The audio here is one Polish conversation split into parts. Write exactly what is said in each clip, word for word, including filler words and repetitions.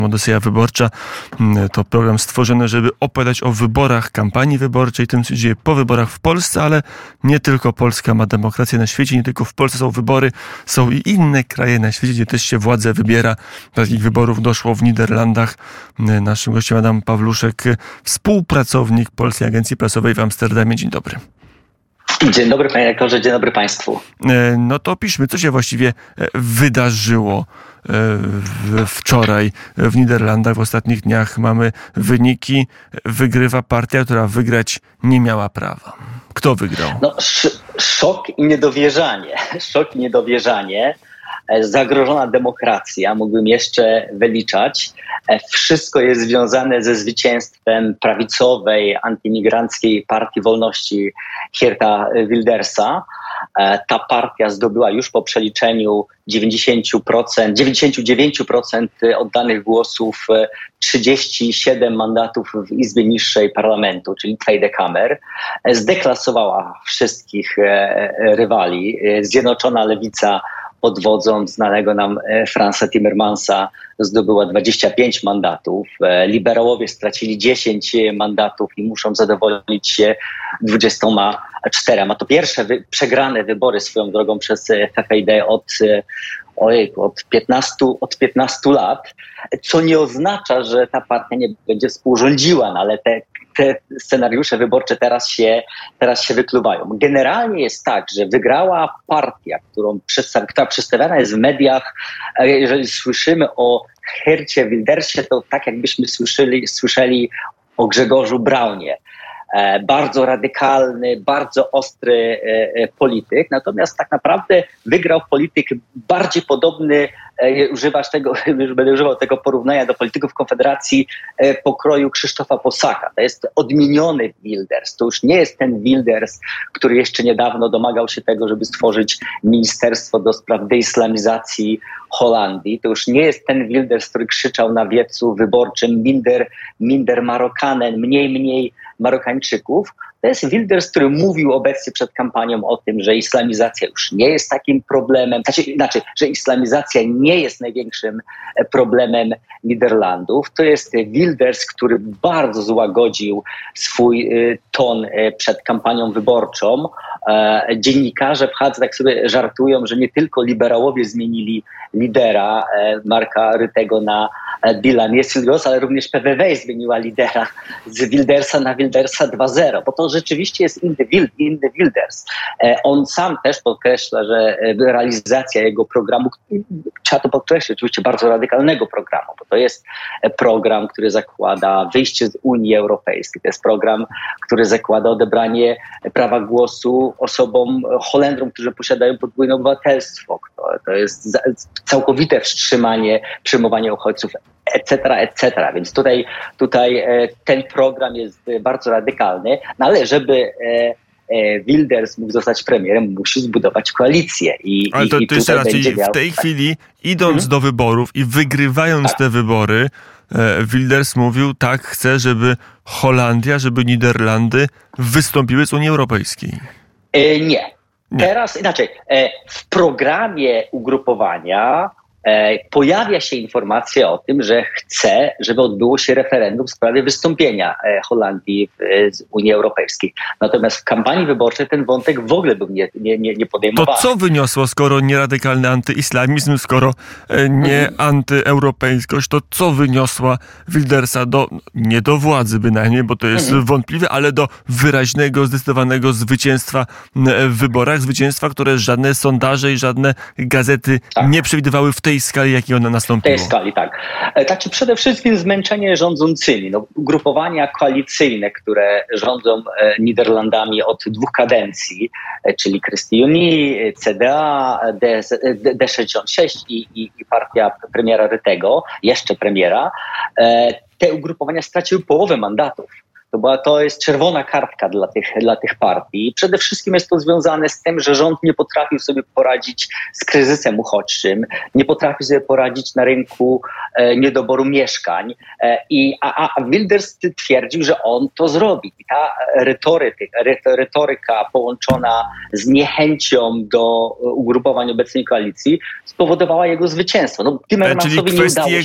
Odyseja Wyborcza to program stworzony, żeby opowiadać o wyborach, kampanii wyborczej, tym, co się dzieje po wyborach w Polsce, ale nie tylko Polska ma demokrację na świecie, nie tylko w Polsce są wybory, są i inne kraje na świecie, gdzie też się władzę wybiera. Do takich wyborów doszło w Niderlandach. Naszym gościem Adam Pawluszek, współpracownik Polskiej Agencji Prasowej w Amsterdamie. Dzień dobry. Dzień dobry, panie rektorze, dzień dobry państwu. No to opiszmy, co się właściwie wydarzyło wczoraj w Niderlandach. W ostatnich dniach mamy wyniki. Wygrywa partia, która wygrać nie miała prawa. Kto wygrał? No, sz- szok i niedowierzanie. Szok i niedowierzanie. Zagrożona demokracja, mógłbym jeszcze wyliczać. Wszystko jest związane ze zwycięstwem prawicowej, antyimigranckiej Partii Wolności Geerta Wildersa. Ta partia zdobyła już po przeliczeniu dziewięćdziesiąt procent, dziewięćdziesiąt dziewięć procent oddanych głosów trzydzieści siedem mandatów w Izbie Niższej Parlamentu, czyli Tweede Kamer. Zdeklasowała wszystkich rywali. Zjednoczona Lewica pod wodzą znanego nam Fransa Timmermansa zdobyła dwadzieścia pięć mandatów. Liberałowie stracili dziesięć mandatów i muszą zadowolić się dwudziestoma czterema. To pierwsze wy- przegrane wybory swoją drogą przez F V D od, ojejku, od, piętnastu, od piętnastu lat, co nie oznacza, że ta partia nie będzie współrządziła, no ale te Te scenariusze wyborcze teraz się, teraz się wykluwają. Generalnie jest tak, że wygrała partia, którą przedstaw, która przedstawiana jest w mediach. Jeżeli słyszymy o Geercie Wildersie, to tak jakbyśmy słyszeli, słyszeli o Grzegorzu Braunie. E, bardzo radykalny, bardzo ostry e, polityk, natomiast tak naprawdę wygrał polityk bardziej podobny, e, używasz tego, już będę używał tego porównania do polityków Konfederacji e, pokroju Krzysztofa Bosaka. To jest odmieniony Wilders. To już nie jest ten Wilders, który jeszcze niedawno domagał się tego, żeby stworzyć Ministerstwo do spraw deislamizacji Holandii. To już nie jest ten Wilders, który krzyczał na wiecu wyborczym minder, minder Marokanen, mniej, mniej Marokańczyków. To jest Wilders, który mówił obecnie przed kampanią o tym, że islamizacja już nie jest takim problemem, znaczy, znaczy że islamizacja nie jest największym problemem Niderlandów. To jest Wilders, który bardzo złagodził swój y, ton y, przed kampanią wyborczą. E, dziennikarze w Hadze tak sobie żartują, że nie tylko liberałowie zmienili lidera e, Marka Rüttego na Billa Niesvilgosa, ale również P V V zmieniła lidera z Wildersa na Wildersa dwa zero, bo to rzeczywiście jest inny, Wild, inny Wilders. E, on sam też podkreśla, że realizacja jego programu, trzeba to podkreślić, oczywiście bardzo radykalnego programu, bo to jest program, który zakłada wyjście z Unii Europejskiej. To jest program, który zakłada odebranie prawa głosu osobom, Holendrom, którzy posiadają podwójne obywatelstwo. To, to jest całkowite wstrzymanie przyjmowania uchodźców, etc., et cetera. Więc tutaj, tutaj e, ten program jest bardzo radykalny, no ale żeby e, e, Wilders mógł zostać premierem, musi zbudować koalicję. I, ale to, i, to jeszcze raz, czyli miał... w tej chwili idąc hmm? do wyborów i wygrywając tak. te wybory, e, Wilders mówił, tak, chce, żeby Holandia, żeby Niderlandy wystąpiły z Unii Europejskiej. E, nie. nie. Teraz inaczej. E, w programie ugrupowania E, pojawia się informacja o tym, że chce, żeby odbyło się referendum w sprawie wystąpienia e, Holandii w, e, z Unii Europejskiej. Natomiast w kampanii wyborczej ten wątek w ogóle był nie, nie, nie, nie podejmowany. To co wyniosło, skoro nie radykalny antyislamizm, skoro e, nie mhm. antyeuropejskość, to co wyniosła Wildersa do, nie do władzy bynajmniej, bo to jest mhm. wątpliwe, ale do wyraźnego, zdecydowanego zwycięstwa w wyborach, zwycięstwa, które żadne sondaże i żadne gazety tak. nie przewidywały w tej skali, jakiej ona nastąpiła. W tej skali, tak. Znaczy przede wszystkim zmęczenie rządzącymi. No, ugrupowania koalicyjne, które rządzą e, Niderlandami od dwóch kadencji, e, czyli Christie Unie, C D A, D sześćdziesiąt sześć i, i, i partia premiera Rüttego, jeszcze premiera, e, te ugrupowania straciły połowę mandatów. To, była, to jest czerwona kartka dla tych, dla tych partii. Przede wszystkim jest to związane z tym, że rząd nie potrafił sobie poradzić z kryzysem uchodźczym, nie potrafił sobie poradzić na rynku e, niedoboru mieszkań. E, i, a, a Wilders twierdził, że on to zrobi. I ta retoryka, retoryka połączona z niechęcią do ugrupowań obecnej koalicji spowodowała jego zwycięstwo. No, Czyli kwestie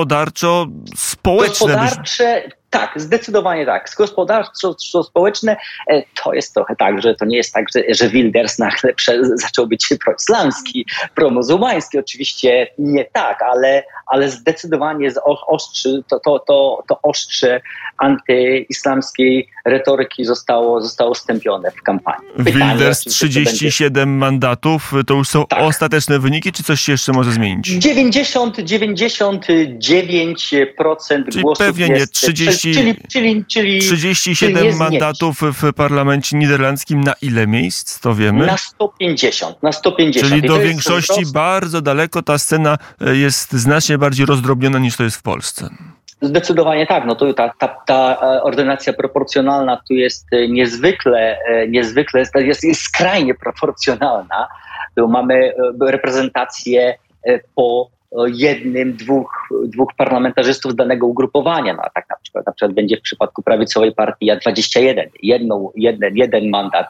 gospodarczo-społeczne. Gospodarcze, tak, zdecydowanie tak. Gospodarczo-społeczne to jest trochę tak, że to nie jest tak, że, że Wilders nagle prze, zaczął być proislamski, promuzułmański. Oczywiście nie tak, ale, ale zdecydowanie z ostrzy, to, to, to, to ostrze antyislamskiej retoryki zostało, zostało stępione w kampanii. Pytanie, Wilders trzydzieści siedem będzie... mandatów, to już są tak. ostateczne wyniki, czy coś się jeszcze może zmienić? dziewięćdziesiąt, dziewięćdziesiąt dziewięć procent czyli głosów pewnie jest... nie, trzydzieści, czyli, czyli, czyli, trzydzieści siedem czyli mandatów w parlamencie niderlandzkim. Na ile miejsc, to wiemy? Na sto pięćdziesiąt. Na sto pięćdziesiąt. Czyli do większości bardzo daleko. Ta scena jest znacznie bardziej rozdrobniona niż to jest w Polsce. Zdecydowanie tak. No to ta, ta, ta ordynacja proporcjonalna tu jest niezwykle, niezwykle jest, jest skrajnie proporcjonalna. Tu mamy reprezentację po jednym, dwóch, dwóch parlamentarzystów z danego ugrupowania. No, a tak na przykład, na przykład będzie w przypadku prawicowej partii dwadzieścia jeden, jedną, jeden, jeden mandat.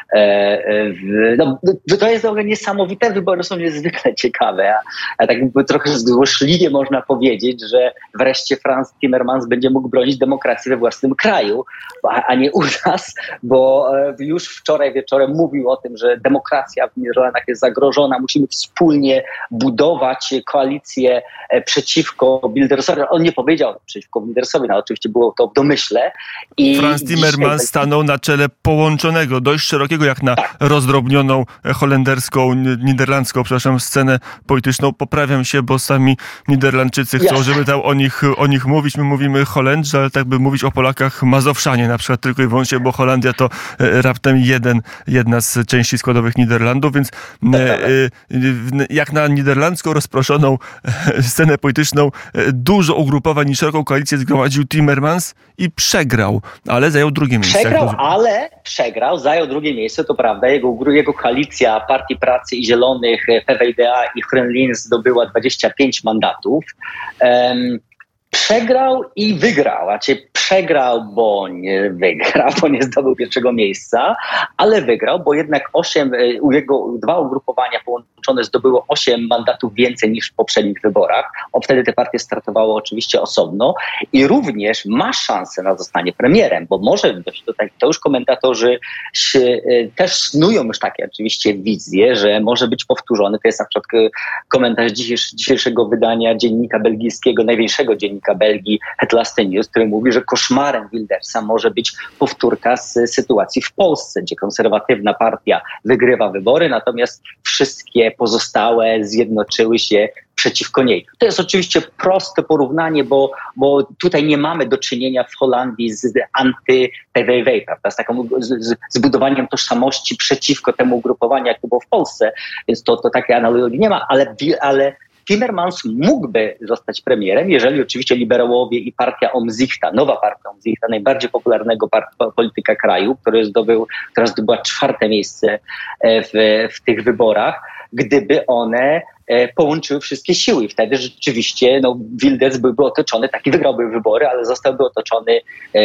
E, w, no, to jest w ogóle niesamowite, wybory są niezwykle ciekawe, a, a tak jakby trochę złośliwie można powiedzieć, że wreszcie Frans Timmermans będzie mógł bronić demokracji we własnym kraju, a, a nie u nas, bo już wczoraj wieczorem mówił o tym, że demokracja w Niderlandach jest zagrożona, musimy wspólnie budować koalicję przeciwko Wildersowi. On nie powiedział przeciwko Wildersowi, no oczywiście było to w domyśle. I Frans Timmermans dzisiaj... stanął na czele połączonego, dość szerokiego jak na tak. rozdrobnioną holenderską, niderlandzką, przepraszam, scenę polityczną. Poprawiam się, bo sami Niderlandczycy chcą, Jasne. żeby tam o nich, o nich mówić. My mówimy Holendrzy, ale tak by mówić o Polakach Mazowszanie na przykład tylko i wyłącznie, bo Holandia to raptem jeden, jedna z części składowych Niderlandów, więc tak, jak na niderlandzką rozproszoną scenę polityczną dużo ugrupowań i szeroką koalicję zgromadził Timmermans i przegrał, ale zajął drugie miejsce. Przegrał, ale przegrał, zajął drugie miejsce, to prawda. Jego, jego koalicja Partii Pracy i Zielonych, P V D A i GroenLinks zdobyła dwadzieścia pięć mandatów. Um, Przegrał i wygrał, raczej przegrał, bo nie wygrał, bo nie zdobył pierwszego miejsca, ale wygrał, bo jednak osiem, u jego dwa ugrupowania połączone zdobyło osiem mandatów więcej niż w poprzednich wyborach. O, wtedy te partie startowały oczywiście osobno i również ma szansę na zostanie premierem, bo może, to już komentatorzy się, też snują już takie oczywiście wizje, że może być powtórzony. To jest na przykład komentarz dzisiejszego wydania dziennika belgijskiego, największego dziennika Belgii, Het Laatste Nieuws, który mówi, że koszmarem Wildersa może być powtórka z sytuacji w Polsce, gdzie konserwatywna partia wygrywa wybory, natomiast wszystkie pozostałe zjednoczyły się przeciwko niej. To jest oczywiście proste porównanie, bo, bo tutaj nie mamy do czynienia w Holandii z anty-P V V, prawda? Z taką z, z budowaniem tożsamości przeciwko temu ugrupowaniu, jak to było w Polsce, więc to, to takiej analogii nie ma, ale, ale Timmermans mógłby zostać premierem, jeżeli oczywiście liberałowie i partia Omzichta, nowa partia Omzichta, najbardziej popularnego part- polityka kraju, który zdobył, która zdobyła czwarte miejsce w, w tych wyborach, gdyby one połączyły wszystkie siły. I wtedy rzeczywiście no, Wilders byłby otoczony, taki wygrałby wybory, ale zostałby otoczony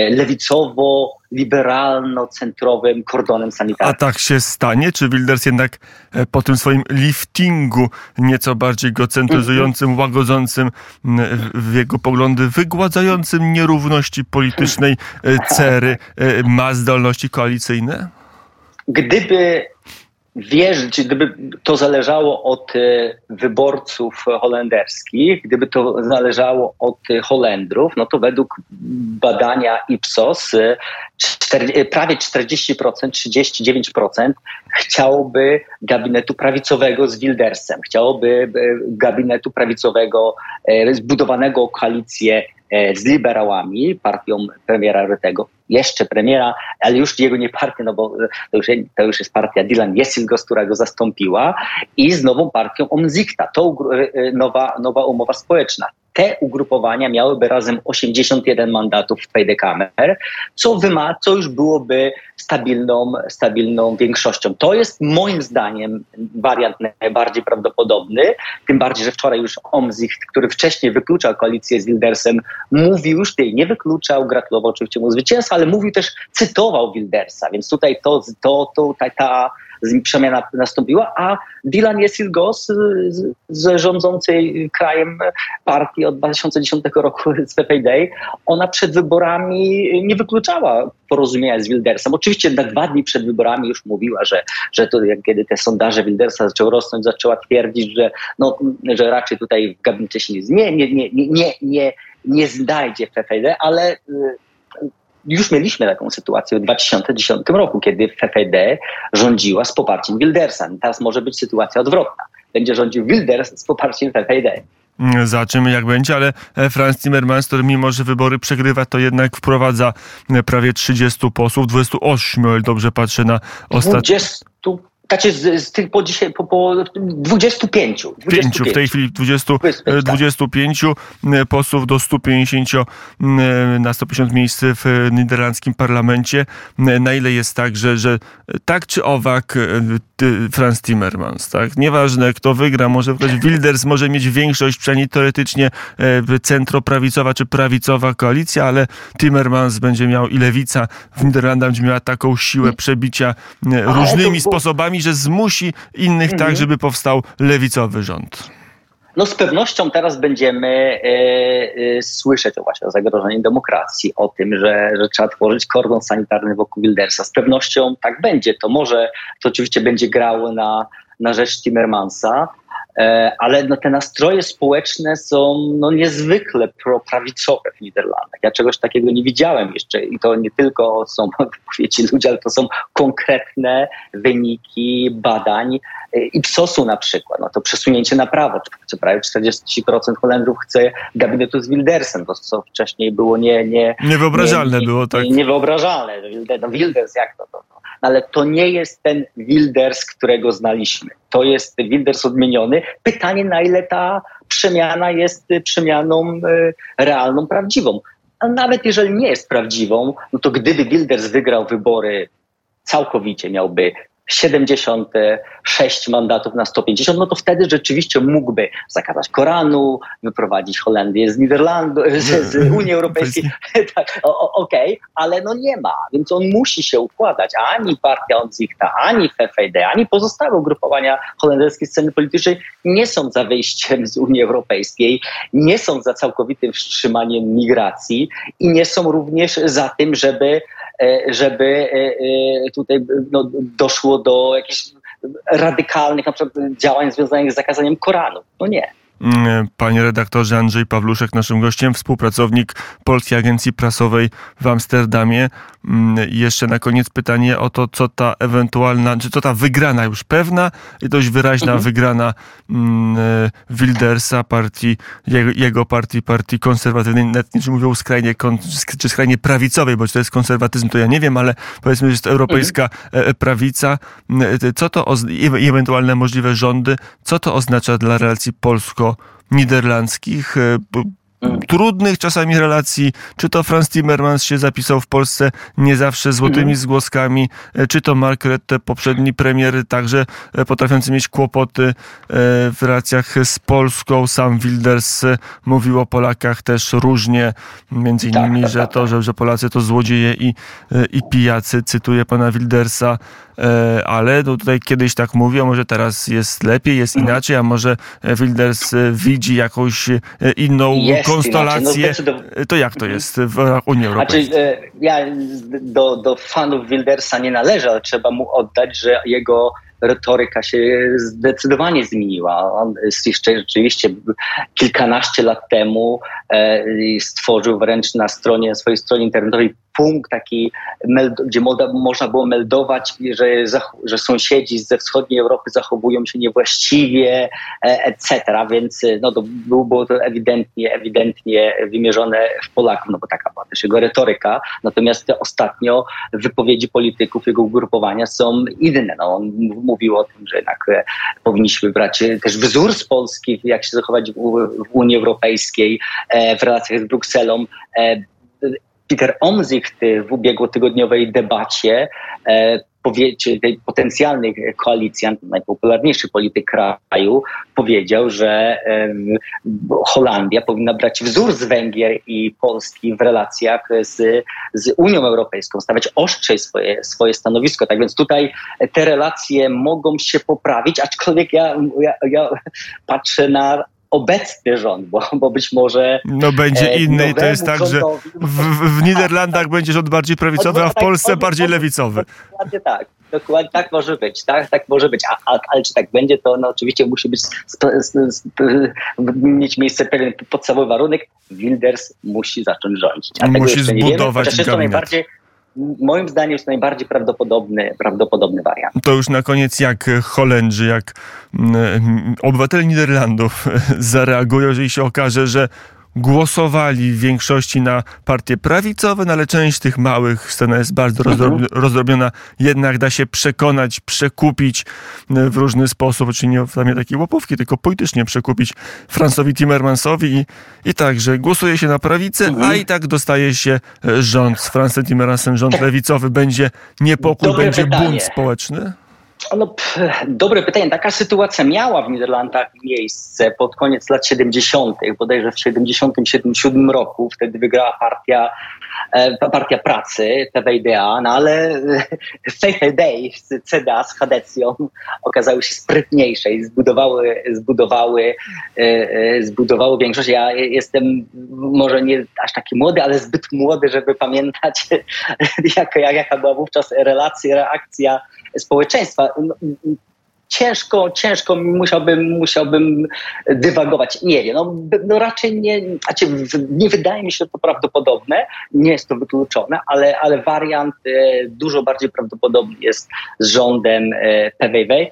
lewicowo-liberalno-centrowym kordonem sanitarnym. A tak się stanie? Czy Wilders jednak po tym swoim liftingu nieco bardziej go centryzującym, łagodzącym w jego poglądy, wygładzającym nierówności politycznej cery ma zdolności koalicyjne? Gdyby wierzyć, gdyby to zależało od wyborców holenderskich, gdyby to zależało od Holendrów, no to według badania Ipsos czterdzieści, prawie czterdzieści procent, trzydzieści dziewięć procent chciałoby gabinetu prawicowego z Wildersem, chciałoby gabinetu prawicowego zbudowanego o koalicję z liberałami, partią premiera Rutego, jeszcze premiera, ale już jego nie partię, no bo to już, to już jest partia Dylan Jessilgos, która go zastąpiła, i z nową partią Omzichta, to nowa, nowa umowa społeczna. te ugrupowania miałyby razem osiemdziesiąt jeden mandatów w Tweede-Kamer, co, wyma- co już byłoby stabilną, stabilną większością. To jest moim zdaniem wariant najbardziej prawdopodobny, tym bardziej, że wczoraj już Omtzigt, który wcześniej wykluczał koalicję z Wildersem, mówił już, tej nie wykluczał, gratulował oczywiście mu zwycięstwa, ale mówił też, cytował Wildersa, więc tutaj to, to, to ta, ta przemiana nastąpiła, a Dilan Yeşilgöz z, z rządzącej krajem partii od dwa tysiące dziesiątego roku z P P D, ona przed wyborami nie wykluczała porozumienia z Wildersem. Oczywiście na dwa dni przed wyborami już mówiła, że, że to jak kiedy te sondaże Wildersa zaczęły rosnąć, zaczęła twierdzić, że, no, że raczej tutaj w gabinecie się nie, nie, nie, nie, nie, nie, nie znajdzie w P P D, ale już mieliśmy taką sytuację w dwa tysiące dziesiątym roku, kiedy P P D rządziła z poparciem Wildersa. Teraz może być sytuacja odwrotna. Będzie rządził Wilders z poparciem P P D. Zobaczymy, jak będzie, ale Frans Timmermans, który mimo, że wybory przegrywa, to jednak wprowadza prawie trzydziestu posłów, dwudziestu ośmiu, ale dobrze patrzę na ostatnie. dwudziestu Znaczy z, z tych po, dzisiaj, po, po dwudziestu pięciu. Pięciu, w tej chwili dwudziestu, dwudziestu pięciu posłów do stu pięćdziesięciu na sto pięćdziesiąt miejsc w niderlandzkim parlamencie. Na ile jest tak, że, że tak czy owak Frans Timmermans, tak? Nieważne kto wygra, może wygrać Wilders, może mieć większość, przynajmniej teoretycznie centroprawicowa czy prawicowa koalicja, ale Timmermans będzie miał i lewica w Niderlandach będzie miała taką siłę przebicia różnymi sposobami, że zmusi innych mm-hmm. tak, żeby powstał lewicowy rząd. No z pewnością teraz będziemy e, e, słyszeć o właśnie o zagrożeniu demokracji, o tym, że, że trzeba tworzyć kordon sanitarny wokół Wildersa. Z pewnością tak będzie. To może, to oczywiście będzie grało na, na rzecz Timmermansa, e, ale no, te nastroje społeczne są no, niezwykle proprawicowe w Niderlandach. Ja czegoś takiego nie widziałem jeszcze i to nie tylko są wypowiedzi ludzi, ale to są konkretne wyniki badań Ipsosu na przykład. No to przesunięcie na prawo. Prawie czterdzieści procent Holendrów chce gabinetu z Wildersem, to co wcześniej było nie... nie niewyobrażalne nie, nie, było, tak? Niewyobrażalne. No Wilders, jak to? to, to. Ale to nie jest ten Wilders, którego znaliśmy. To jest Wilders odmieniony. Pytanie, na ile ta przemiana jest przemianą e, realną, prawdziwą. A nawet jeżeli nie jest prawdziwą, no to gdyby Wilders wygrał wybory całkowicie, miałby siedemdziesiąt sześć mandatów na sto pięćdziesiąt, no to wtedy rzeczywiście mógłby zakazać Koranu, wyprowadzić Holendię z Niderlandów, z, z Unii Europejskiej. tak, Okej, okay, ale no nie ma, więc on musi się układać. Ani partia Omtzigta, ani P P D, ani pozostałe ugrupowania holenderskiej sceny politycznej nie są za wyjściem z Unii Europejskiej, nie są za całkowitym wstrzymaniem migracji i nie są również za tym, żeby żeby tutaj no, doszło do jakichś radykalnych na przykład działań związanych z zakazaniem Koranu. No nie. Panie redaktorze, Andrzej Pawluszek, naszym gościem, współpracownik Polskiej Agencji Prasowej w Amsterdamie. Jeszcze na koniec pytanie o to, co ta ewentualna, czy co ta wygrana już pewna i dość wyraźna mhm. wygrana mm, Wildersa, partii, jego, jego partii, partii konserwatywnej, nawet nie czy mówią skrajnie, kon, czy skrajnie prawicowej, bo czy to jest konserwatyzm, to ja nie wiem, ale powiedzmy, że jest europejska mhm. prawica. Co to, i ewentualne możliwe rządy, co to oznacza dla relacji polsko-niderlandzkich, trudnych czasami relacji, czy to Frans Timmermans się zapisał w Polsce nie zawsze złotymi zgłoskami, czy to Mark Rutte, poprzedni premier, także potrafiący mieć kłopoty w relacjach z Polską. Sam Wilders mówił o Polakach też różnie, między innymi, że to, że, że Polacy to złodzieje i, i pijacy, cytuję pana Wildersa, ale no tutaj kiedyś tak mówił, a może teraz jest lepiej, jest inaczej, a może Wilders widzi jakąś inną jest konstelację. No to jak to jest w Unii Europejskiej? Znaczy, ja do, do fanów Wildersa nie należę, ale trzeba mu oddać, że jego retoryka się zdecydowanie zmieniła. On jeszcze rzeczywiście kilkanaście lat temu e, stworzył wręcz na stronie, swojej stronie internetowej punkt taki, gdzie można było meldować, że, że sąsiedzi ze wschodniej Europy zachowują się niewłaściwie, et cetera. Więc no, to było to ewidentnie, ewidentnie wymierzone w Polaków, no bo taka była też jego retoryka. Natomiast te ostatnio wypowiedzi polityków jego ugrupowania są inne. No, on mówił o tym, że jednak powinniśmy brać też wzór z Polski, jak się zachować w, w Unii Europejskiej, w relacjach z Brukselą. Peter Omtzigt w ubiegłotygodniowej debacie, czy tej potencjalnej koalicjant, najpopularniejszy polityk kraju, powiedział, że Holandia powinna brać wzór z Węgier i Polski w relacjach z, z Unią Europejską, stawiać ostrzej swoje, swoje stanowisko. Tak więc tutaj te relacje mogą się poprawić, aczkolwiek ja, ja, ja patrzę na obecny rząd, bo, bo być może... No będzie inny i to jest tak, że w, w Niderlandach będzie rząd bardziej prawicowy, a w Polsce bardziej lewicowy. Dokładnie tak. Dokładnie tak może być, tak, tak może być, a, a, ale czy tak będzie, to no, oczywiście musi być sp, sp, sp, mieć miejsce pewien podstawowy warunek. Wilders musi zacząć rządzić. A musi tego zbudować wiemy, to najbardziej, moim zdaniem jest to najbardziej prawdopodobny, prawdopodobny wariant. To już na koniec, jak Holendrzy, jak mm, obywatele Niderlandów zareagują, jeżeli się okaże, że głosowali w większości na partie prawicowe, no ale część tych małych, scena jest bardzo rozdrob- rozdrobniona, jednak da się przekonać, przekupić w różny sposób, czyli nie w formie takiej łapówki, tylko politycznie przekupić Fransowi Timmermansowi i, i tak, że głosuje się na prawicę, mhm. a i tak dostaje się rząd z Fransem Timmermansem, rząd lewicowy, będzie niepokój, Dobre będzie pytanie. bunt społeczny? No, pff, dobre pytanie. Taka sytuacja miała w Niderlandach miejsce pod koniec lat siedemdziesiątych, bodajże w siedemdziesiątym siódmym roku. Wtedy wygrała partia, e, partia pracy, P V D A, no ale V V D z C D A z Hadecją okazały się sprytniejsze i zbudowały, zbudowały, e, e, zbudowały większość. Ja jestem może nie aż taki młody, ale zbyt młody, żeby pamiętać, jaka, jaka była wówczas relacja, reakcja społeczeństwa. No, ciężko, ciężko musiałbym, musiałbym dywagować. Nie wiem, no, no raczej nie, znaczy nie wydaje mi się to prawdopodobne, nie jest to wykluczone, ale, ale wariant e, dużo bardziej prawdopodobny jest z rządem e, P V V,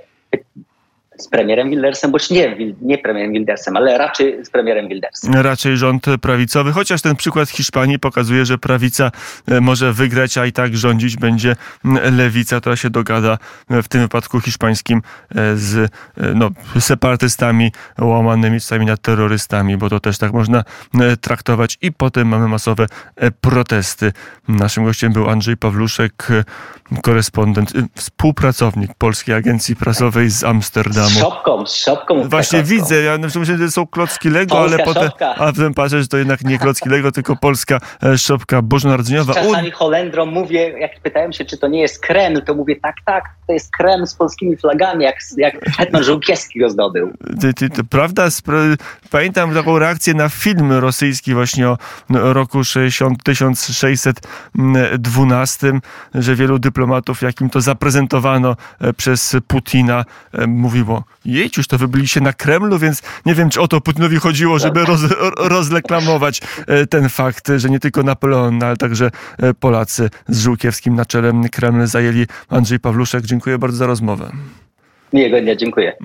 z premierem Wildersem, bądź nie, nie premierem Wildersem, ale raczej z premierem Wildersem. Raczej rząd prawicowy, chociaż ten przykład Hiszpanii pokazuje, że prawica może wygrać, a i tak rządzić będzie lewica, która się dogada w tym wypadku hiszpańskim z no, separatystami łamanymi czasami na terrorystami, bo to też tak można traktować i potem mamy masowe protesty. Naszym gościem był Andrzej Pawluszek, korespondent, współpracownik Polskiej Agencji Prasowej z Amsterdamu. Z szopką, z szopką. Właśnie widzę, ja myślę, że to są klocki Lego, Polska ale potem, szopka. a potem patrzę, że to jednak nie klocki Lego, tylko polska szopka bożonarodzeniowa. Czasami Holendrom mówię, jak pytałem się, czy to nie jest Kreml, to mówię tak, tak, to jest Kreml z polskimi flagami, jak, jak Hetman Żółkiewski go zdobył. Ty, ty, to prawda? Pamiętam taką reakcję na film rosyjski właśnie o roku tysiąc sześćset dwunastym, że wielu dyplomatów, jakim to zaprezentowano przez Putina, mówiło, jejciuż, to wy byliście na Kremlu, więc nie wiem, czy o to Putinowi chodziło, żeby roz, rozreklamować ten fakt, że nie tylko Napoleon, ale także Polacy z Żółkiewskim na czele Kreml zajęli. Andrzej Pawluszek, dziękuję bardzo za rozmowę. Miłego dnia, dziękuję.